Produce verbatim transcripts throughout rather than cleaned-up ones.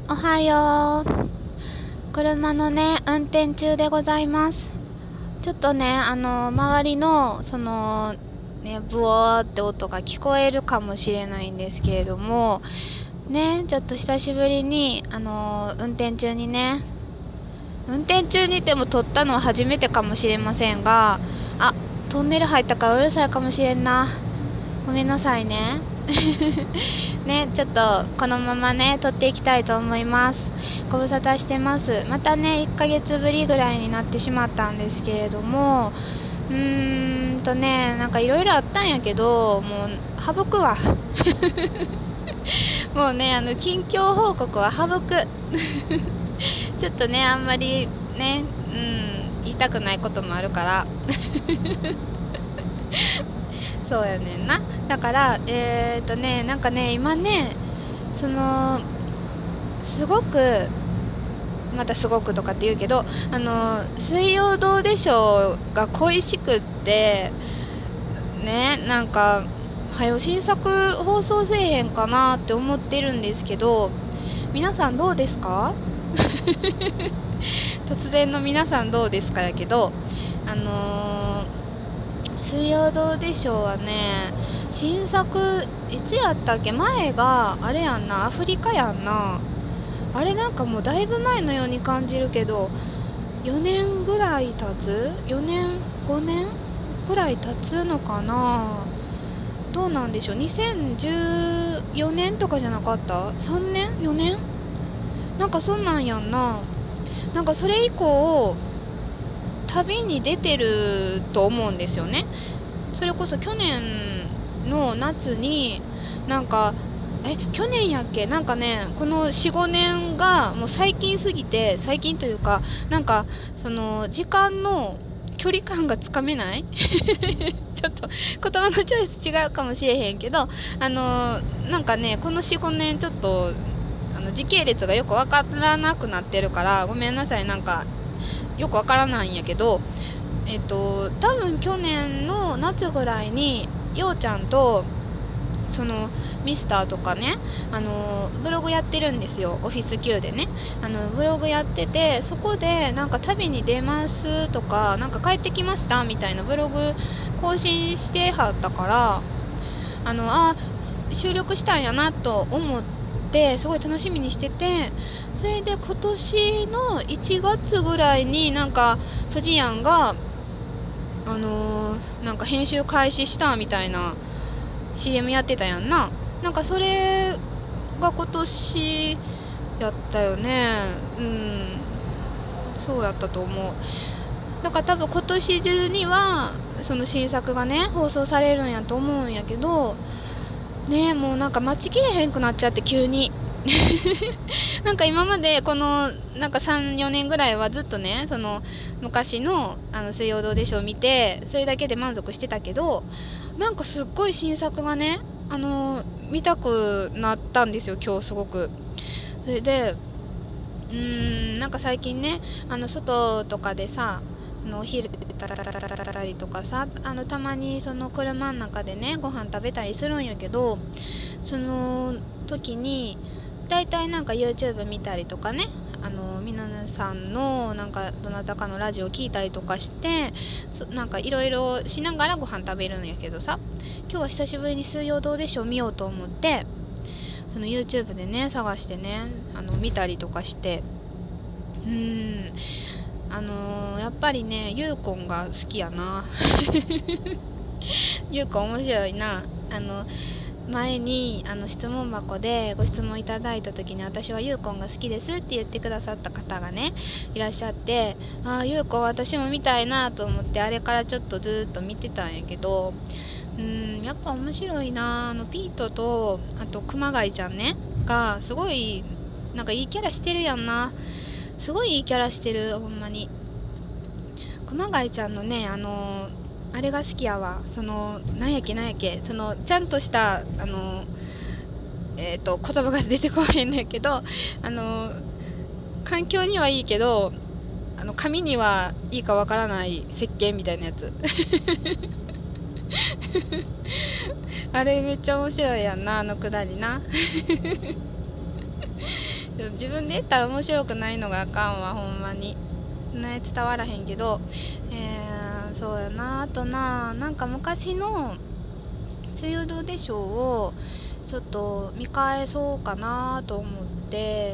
おはよう。車のね、運転中でございます。ちょっとね、あの、周りの、その、ね、ブオーって音が聞こえるかもしれないんですけれども、ね、ちょっと久しぶりに、あの、運転中にね、運転中にでも撮ったのは初めてかもしれませんが、あ、トンネル入ったからうるさいかもしれんな。ごめんなさいね。ね、ちょっとこのままね撮っていきたいと思います。ご無沙汰してます。またねいっかげつぶりぐらいになってしまったんですけれども、うーんとねなんかいろいろあったんやけど、もう省くわ。もうねあの近況報告は省く。ちょっとねあんまりねうん言いたくないこともあるから。そうやねんな。だからえー、っとねなんかね今ねそのすごくまたすごくとかって言うけど、あの水曜どうでしょうが恋しくってね、なんかはよ新作放送せえへんかなって思ってるんですけど、皆さんどうですか？突然の皆さんどうですかやけど、あのー水曜どうでしょうはね、新作いつやったっけ？前があれやんな、アフリカやんな。あれなんかもうだいぶ前のように感じるけど、よねんぐらい経つ？ よ 年ごねんぐらい経つのかな。どうなんでしょう。にせんじゅうよねんとかじゃなかった？ さん 年 よ 年なんかそんなんやんな。なんかそれ以降旅に出てると思うんですよね。それこそ去年の夏になんかえ去年やっけ、なんかねこの よん,ご 年がもう最近すぎて、最近というかなんかその時間の距離感がつかめない。ちょっと言葉のチョイス違うかもしれへんけど、あのなんかねこの よん,ご 年ちょっとあの時系列がよくわからなくなってるからごめんなさい。なんかよくわからないんやけど、えっと多分去年の夏ぐらいにようちゃんとそのミスターとかね、あのブログやってるんですよ、オフィス Q でね。あのブログやってて、そこでなんか旅に出ますとか、なんか帰ってきましたみたいなブログ更新してはったから、あのあ収録したんやなと思ってすごい楽しみにしてて、それで今年のいちがつぐらいになんかフジヤンがあのー、なんか編集開始したみたいな シーエム やってたやんな。なんかそれが今年やったよね。うんそうやったと思う。だから多分今年中にはその新作がね放送されるんやと思うんやけどね、もうなんか待ちきれへんくなっちゃって急に。なんか今までこのなんかさん、よねんぐらいはずっとねその昔のあの水曜どうでしょう見てそれだけで満足してたけど、なんかすっごい新作がねあの見たくなったんですよ今日すごく。それでうーんなんか最近ねあの外とかでさ、そのお昼食べたりとかさ、あのたまにその車の中でねご飯食べたりするんやけど、その時にだいたいなんか YouTube 見たりとかね、あの皆さんのなんかどなたかのラジオ聞いたりとかして、そなんかいろいろしながらご飯食べるんやけどさ、今日は久しぶりに水曜どうでしょう見ようと思ってその YouTube でね探してねあの見たりとかして、うーんあのー、やっぱりねユーコンが好きやな。ユーコン面白いな。あの前にあの質問箱でご質問いただいた時に私はユーコンが好きですって言ってくださった方がねいらっしゃって、ああユーコン私も見たいなと思ってあれからちょっとずっと見てたんやけど、うーんやっぱ面白いな。あのピートとあと熊谷ちゃんねがすごいなんかいいキャラしてるやんな。すごいいいキャラしてるほんまに。熊谷ちゃんのねあのーあれが好きやわ。そのなんやっけなんやっけそのちゃんとしたあのえっ、ー、と言葉が出てこへんねんけど、あの環境にはいいけどあの髪にはいいかわからない石鹸みたいなやつ。あれめっちゃ面白いやんなあのくだりな。 自分で言ったら面白くないのがあかんわ、ほんまにね、伝わらへんけど、えー、そうやな。あとな、なんか昔の水曜どうでしょうをちょっと見返そうかなと思って、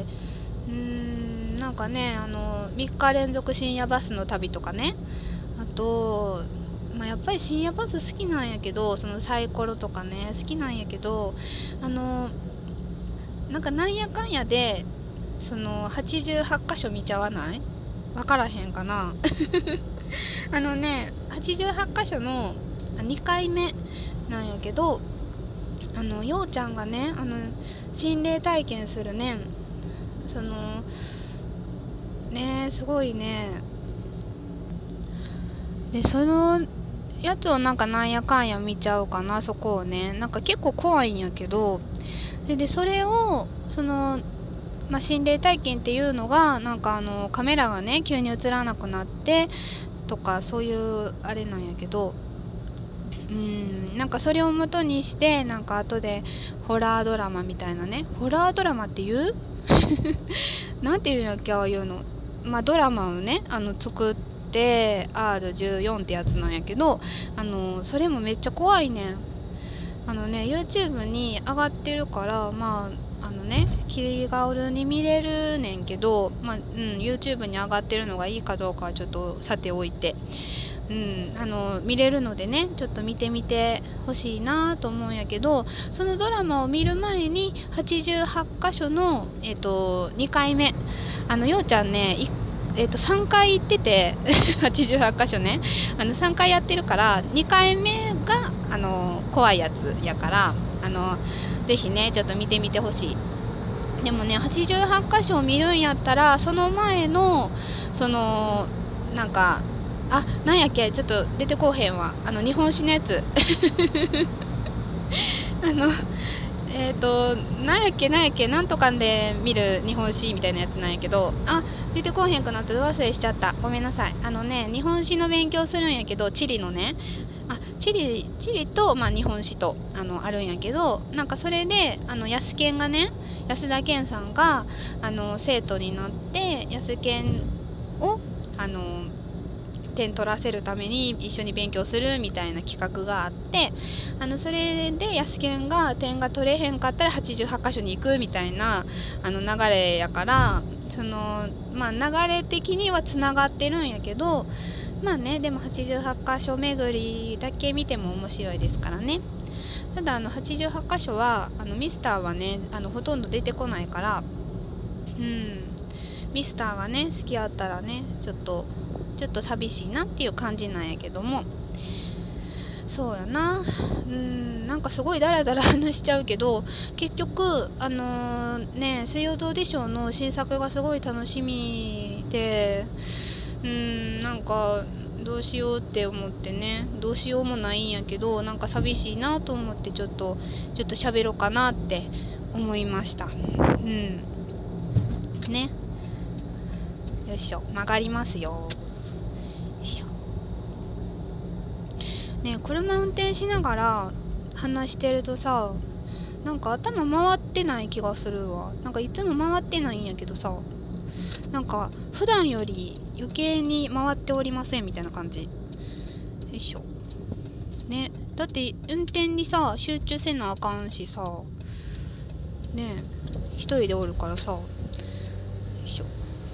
うーんなんかね、あのみっか連続深夜バスの旅とかね、あと、まあ、やっぱり深夜バス好きなんやけど、そのサイコロとかね好きなんやけど、あのなんかなんやかんやでそのはちじゅうはち箇所見ちゃわない？わからへんかなあのね、はちじゅうはち箇所のにかいめなんやけど、あのようちゃんがね、あの心霊体験するね、そのねすごいね、でそのやつをなんかなんやかんや見ちゃうかな、そこをね。なんか結構怖いんやけど、ででそれをその、まあ、心霊体験っていうのがなんかあのカメラがね急に映らなくなってとか、そういうあれなんやけど、うーんなんかそれを元にしてなんか後でホラードラマみたいなね、ホラードラマって言うなんていうんやっけ、ああいうの、まあドラマをねあの作って アールじゅうよん ってやつなんやけど、あのそれもめっちゃ怖いねん。あのね YouTube に上がってるから、まああのね気軽に見れるねんけど、まあうん、YouTube に上がってるのがいいかどうかはちょっとさておいて、うん、あの見れるのでね、ちょっと見てみてほしいなと思うんやけど、そのドラマを見る前にはちじゅうはち箇所の、えー、とにかいめ、あのようちゃんねいえー、とさんかい行っててはちじゅうはち箇所ね、あのさんかいやってるから、にかいめがあの怖いやつやから、あのぜひねちょっと見てみてほしい。でもねはちじゅうはち箇所を見るんやったら、その前のそのなんかあなんやっけ、ちょっと出てこうへんわ、あの日本史のやつあのえっ、ー、となんやっけなんやっけなんとかで見る日本史みたいなやつなんやけど、あ出てこうへんくなって忘れしちゃった、ごめんなさい。あのね日本史の勉強するんやけど、地理のね、あ地理地理と、まあ、日本史とあのあるんやけど、なんかそれであの安健がね、安田健さんがあの生徒になって安健をあの点取らせるために一緒に勉強するみたいな企画があって、あのそれで安健が点が取れへんかったらはちじゅうはち箇所に行くみたいなあの流れやから、そのまあ流れ的にはつながってるんやけど、まあねでもはちじゅうはち箇所巡りだけ見ても面白いですからね。ただあのはちじゅうはち箇所はあのミスターはねあのほとんど出てこないから、うんミスターがね好きやったらねちょっとちょっと寂しいなっていう感じなんやけども、そうやな、うーんなんかすごいダラダラ話しちゃうけど、結局あのー、ね水曜どうでしょうの新作がすごい楽しみで、うーんなんかどうしようって思ってね、どうしようもないんやけど、なんか寂しいなと思ってちょっとちょっと喋ろうかなって思いました。うんね、よいしょ、曲がりますよ。ね、車運転しながら話してるとさ、なんか頭回ってない気がするわ。なんかいつも回ってないんやけどさ、なんか普段より余計に回っておりませんみたいな感じ。よいしょね、だって運転にさ集中せなあかんしさね、一人でおるからさ、よいしょ、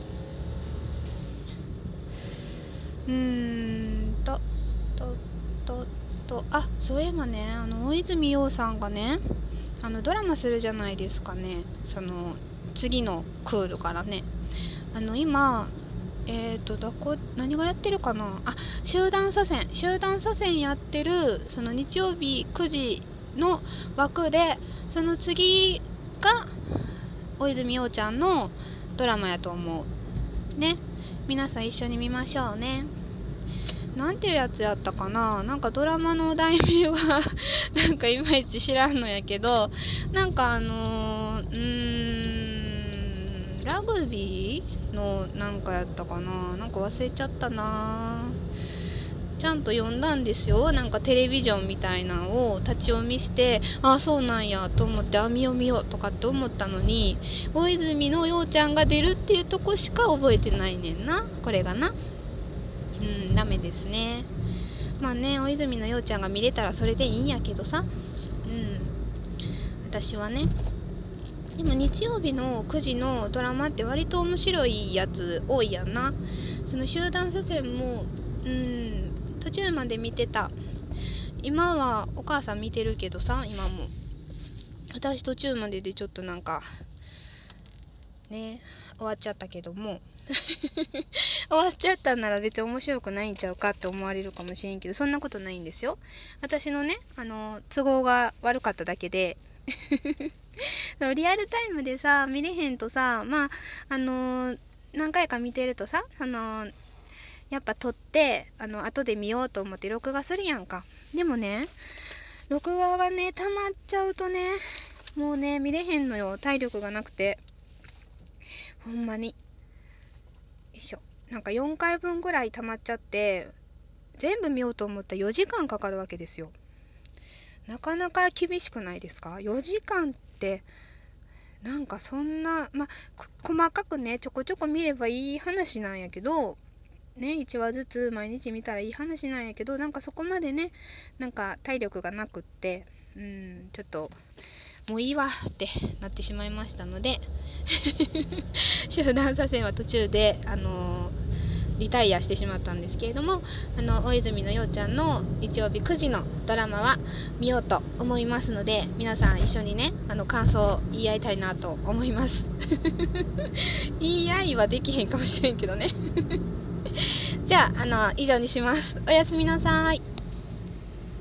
うーんととととあそういえばね、あの大泉洋さんがねあのドラマするじゃないですかね、その次のクールからね。あの今えーとどこ何がやってるかなあ、集団左遷集団左遷やってる、その日曜日くじの枠で、その次が大泉洋ちゃんのドラマやと思うね。皆さん一緒に見ましょうね。なんていうやつやったかな、なんかドラマの題名はなんかいまいち知らんのやけど、なんかあのー、うーんラグビーのなんかやったかな、なんか忘れちゃったな。 ちゃんと読んだんですよ。なんかテレビジョンみたいなのを立ち読みして、ああそうなんやと思って、あ見よう見ようとかって思ったのに、大泉のようちゃんが出るっていうとこしか覚えてないねんな、これがな。うん、ダメですね。まあね、大泉のようちゃんが見れたらそれでいいんやけどさ。うん、私はね。でも日曜日のくじのドラマって割と面白いやつ多いやんな。その集団左遷も、うん、途中まで見てた。今はお母さん見てるけどさ、今も。私途中まででちょっとなんか、ね、終わっちゃったけども。終わっちゃったなら別に面白くないんちゃうかって思われるかもしれんけど、そんなことないんですよ。私のね、あの、都合が悪かっただけで。リアルタイムでさ、見れへんとさ、まあ、あのー、何回か見てるとさ、あのー、やっぱ撮って、あの、後で見ようと思って録画するやんか。でもね、録画がね、溜まっちゃうとね、もうね、見れへんのよ。体力がなくて。ほんまに。よいしょ。なんかよんかいぶんぐらい溜まっちゃって、全部見ようと思ったらよじかんかかるわけですよ。なかなか厳しくないですか？ よ 時間ってなんかそんな、まあ細かくねちょこちょこ見ればいい話なんやけどね、いちわずつ毎日見たらいい話なんやけど、なんかそこまでね、なんか体力がなくって、うん、ちょっともういいわってなってしまいましたので集団左遷は途中であのーリタイアしてしまったんですけれども、あの大泉のようちゃんの日曜日くじのドラマは見ようと思いますので、皆さん一緒にね、あの感想を言い合いたいなと思います言い合いはできへんかもしれんけどねじゃあ、あの以上にします。おやすみなさい。